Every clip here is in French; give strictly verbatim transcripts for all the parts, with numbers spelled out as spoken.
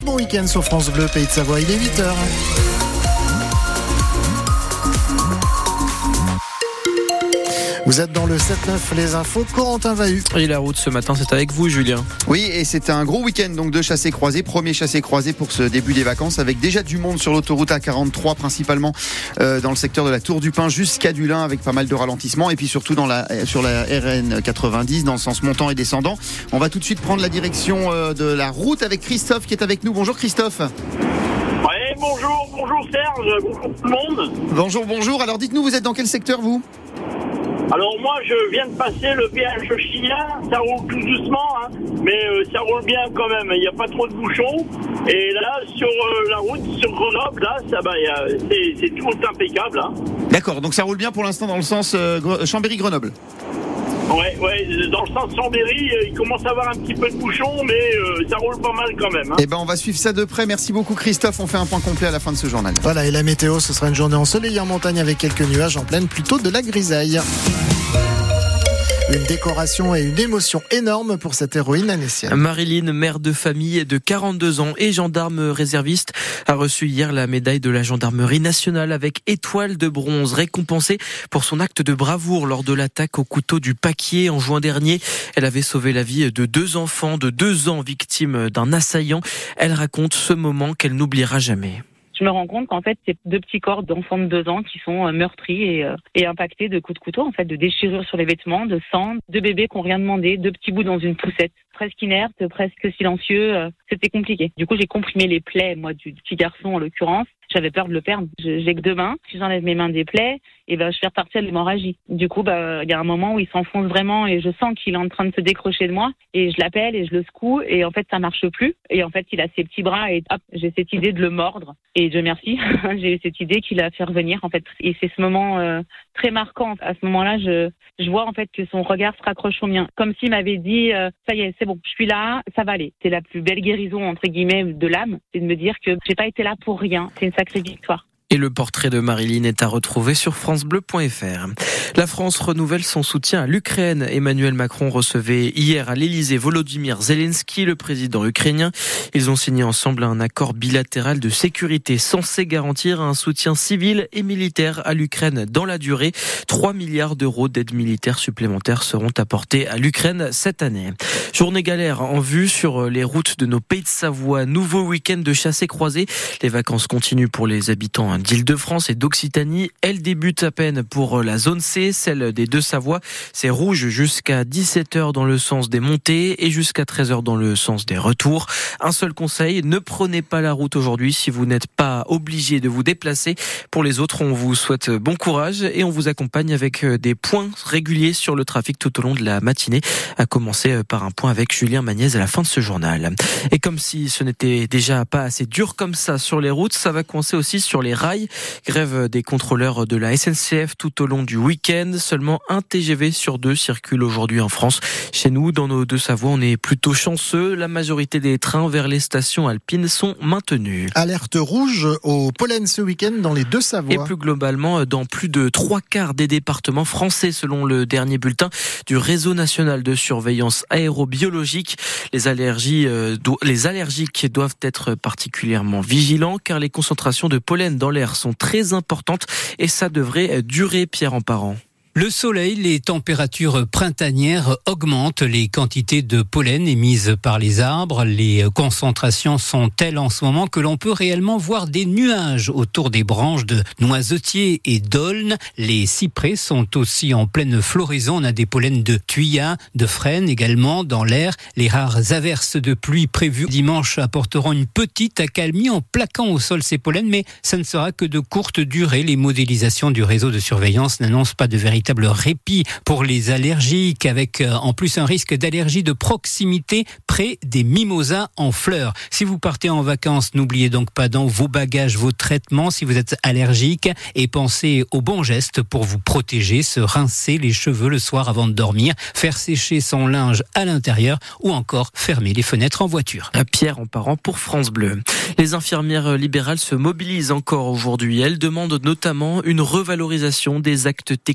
bon week-end sur France Bleu, Pays de Savoie, il est huit heures. Vous êtes dans le sept neuf Les Infos, Corentin Vahu. Et la route ce matin, c'est avec vous, Julien. Oui, et c'est un gros week-end donc de chassés croisés. Premier chassé croisé pour ce début des vacances, avec déjà du monde sur l'autoroute A quarante-trois, principalement euh, dans le secteur de la Tour du Pin jusqu'à Dulin, avec pas mal de ralentissements, et puis surtout dans la, sur la R N quatre-vingt-dix, dans le sens montant et descendant. On va tout de suite prendre la direction euh, de la route avec Christophe qui est avec nous. Bonjour Christophe. Ouais, bonjour, bonjour Serge, bonjour tout le monde. Bonjour, bonjour. Alors dites-nous, vous êtes dans quel secteur vous ? Alors moi je viens de passer le péage chilien, ça roule tout doucement, hein, mais euh, ça roule bien quand même, il n'y a pas trop de bouchons. Et là sur euh, la route, sur Grenoble, là, ça, bah, y a, c'est, c'est tout impeccable. Hein. D'accord, donc ça roule bien pour l'instant dans le sens euh, Chambéry-Grenoble. Ouais, ouais, dans le sens Chambéry, euh, il commence à avoir un petit peu de bouchons, mais euh, ça roule pas mal quand même. Hein. Eh ben on va suivre ça de près, merci beaucoup Christophe, on fait un point complet à la fin de ce journal. Voilà, et la météo, ce sera une journée ensoleillée en montagne avec quelques nuages en pleine, plutôt de la grisaille. Une décoration et une émotion énorme pour cette héroïne anécienne. Marilyn, mère de famille de quarante-deux ans et gendarme réserviste, a reçu hier la médaille de la gendarmerie nationale avec étoile de bronze, récompensée pour son acte de bravoure lors de l'attaque au couteau du Paquier en juin dernier. Elle avait sauvé la vie de deux enfants de deux ans victimes d'un assaillant. Elle raconte ce moment qu'elle n'oubliera jamais. Je me rends compte qu'en fait, c'est deux petits corps d'enfants de deux ans qui sont meurtris et, euh, et impactés de coups de couteau, en fait, de déchirures sur les vêtements, de sang, deux bébés qui n'ont rien demandé, deux petits bouts dans une poussette, presque inertes, presque silencieux. Euh, c'était compliqué. Du coup, j'ai comprimé les plaies, moi, du petit garçon en l'occurrence. J'avais peur de le perdre. Je, j'ai que deux mains. Si j'enlève mes mains des plaies, et ben, je fais repartir l'hémorragie. Du coup, bah, il y a un moment où il s'enfonce vraiment et je sens qu'il est en train de se décrocher de moi. Et je l'appelle et je le secoue et en fait, ça marche plus. Et en fait, il a ses petits bras et hop, j'ai cette idée de le mordre. Et Dieu merci, j'ai eu cette idée qu'il a fait revenir en fait. Et c'est ce moment euh, très marquant. À ce moment-là, je, je vois en fait que son regard se raccroche au mien. Comme s'il m'avait dit, euh, ça y est, c'est bon, je suis là, ça va aller. C'est la plus belle guérison, entre guillemets, de l'âme. C'est de me dire que j'ai pas été là pour rien. C'est une sacrée victoire. Et le portrait de Marilyn est à retrouver sur francebleu point f r. La France renouvelle son soutien à l'Ukraine. Emmanuel Macron recevait hier à l'Élysée Volodymyr Zelensky, le président ukrainien. Ils ont signé ensemble un accord bilatéral de sécurité censé garantir un soutien civil et militaire à l'Ukraine dans la durée. trois milliards d'euros d'aide militaire supplémentaires seront apportés à l'Ukraine cette année. Journée galère en vue sur les routes de nos pays de Savoie. Nouveau week-end de chassés croisés. Les vacances continuent pour les habitants d'Île-de-France et d'Occitanie. Elle débute à peine pour la zone C, celle des Deux-Savoies. C'est rouge jusqu'à dix-sept heures dans le sens des montées et jusqu'à treize heures dans le sens des retours. Un seul conseil, ne prenez pas la route aujourd'hui si vous n'êtes pas obligé de vous déplacer. Pour les autres, on vous souhaite bon courage et on vous accompagne avec des points réguliers sur le trafic tout au long de la matinée, à commencer par un point avec Julien Magnez à la fin de ce journal. Et comme si ce n'était déjà pas assez dur comme ça sur les routes, ça va coincer aussi sur les rails. Grève des contrôleurs de la S N C F tout au long du week-end. Seulement un T G V sur deux circule aujourd'hui en France. Chez nous, dans nos Deux-Savoies, on est plutôt chanceux. La majorité des trains vers les stations alpines sont maintenus. Alerte rouge au pollen ce week-end dans les Deux-Savoies. Et plus globalement, dans plus de trois quarts des départements français, selon le dernier bulletin du Réseau national de surveillance aérobiologique. Les allergies, euh, do- les allergiques doivent être particulièrement vigilants car les concentrations de pollen dans l'air sont très importantes et ça devrait durer, Pierre Emparent. Le soleil, les températures printanières augmentent les quantités de pollen émises par les arbres. Les concentrations sont telles en ce moment que l'on peut réellement voir des nuages autour des branches de noisetiers et d'aulnes. Les cyprès sont aussi en pleine floraison. On a des pollens de thuya, de frêne également dans l'air. Les rares averses de pluie prévues dimanche apporteront une petite accalmie en plaquant au sol ces pollens, mais ça ne sera que de courte durée. Les modélisations du réseau de surveillance n'annoncent pas de véritable répit pour les allergiques, avec euh, en plus un risque d'allergie de proximité près des mimosas en fleurs. Si vous partez en vacances, n'oubliez donc pas dans vos bagages vos traitements si vous êtes allergique et pensez aux bons gestes pour vous protéger, se rincer les cheveux le soir avant de dormir, faire sécher son linge à l'intérieur ou encore fermer les fenêtres en voiture. Pierre Emparent pour France Bleu. Les infirmières libérales se mobilisent encore aujourd'hui. Elles demandent notamment une revalorisation des actes techniques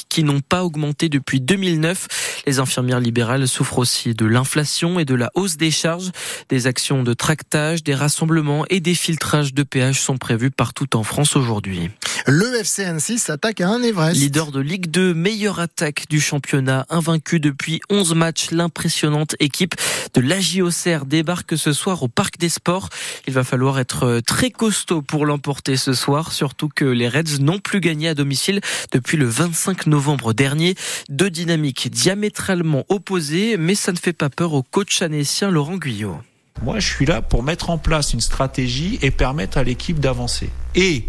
qui n'ont pas augmenté depuis deux mille neuf. Les infirmières libérales souffrent aussi de l'inflation et de la hausse des charges. Des actions de tractage, des rassemblements et des filtrages de péages sont prévus partout en France aujourd'hui. Le F C Annecy s'attaque à un Everest. Leader de Ligue deux, meilleure attaque du championnat, invaincu depuis onze matchs, l'impressionnante équipe de l'A J O C R débarque ce soir au Parc des Sports. Il va falloir être très costaud pour l'emporter ce soir, surtout que les Reds n'ont plus gagné à domicile depuis le vingt-cinq novembre dernier. Deux dynamiques diamétralement opposées, mais ça ne fait pas peur au coach annécien Laurent Guyot. Moi, je suis là pour mettre en place une stratégie et permettre à l'équipe d'avancer. Et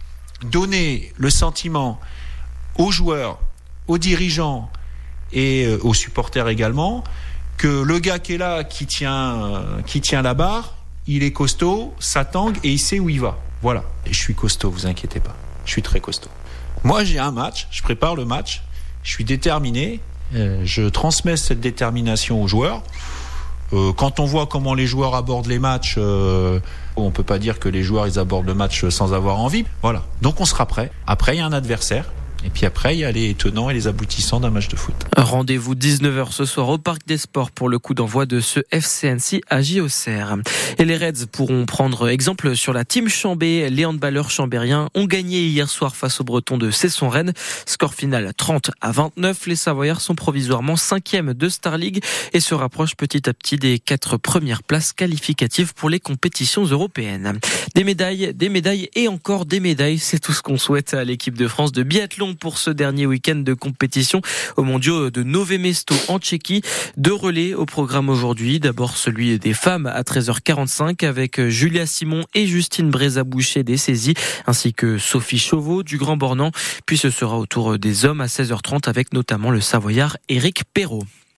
donner le sentiment aux joueurs, aux dirigeants et aux supporters également que le gars qui est là, qui tient, qui tient la barre, il est costaud, ça tangue et il sait où il va. Voilà. Et je suis costaud, vous inquiétez pas. Je suis très costaud. Moi, j'ai un match, je prépare le match, je suis déterminé, je transmets cette détermination aux joueurs. Euh, quand on voit comment les joueurs abordent les matchs, euh, on peut pas dire que les joueurs ils abordent le match sans avoir envie. Voilà. Donc on sera prêt. Après il y a un adversaire. Et puis après, il y a les tenants et les aboutissants d'un match de foot. Rendez-vous dix-neuf heures ce soir au Parc des Sports pour le coup d'envoi de ce F C Annecy à J O C R. Et les Reds pourront prendre exemple sur la team Chambé. Les handballeurs chambériens ont gagné hier soir face aux Bretons de Cesson-Rennes. Score final trente à vingt-neuf. Les Savoyards sont provisoirement cinquième de Star League et se rapprochent petit à petit des quatre premières places qualificatives pour les compétitions européennes. Des médailles, des médailles et encore des médailles. C'est tout ce qu'on souhaite à l'équipe de France de biathlon pour ce dernier week-end de compétition aux mondiaux de Nové Mesto en Tchéquie. Deux relais au programme aujourd'hui. D'abord celui des femmes à treize heures quarante-cinq avec Julia Simon et Justine Brézaboucher des Saisies ainsi que Sophie Chauveau du Grand Bornand. Puis ce sera au tour des hommes à seize heures trente avec notamment le Savoyard Éric Perrault.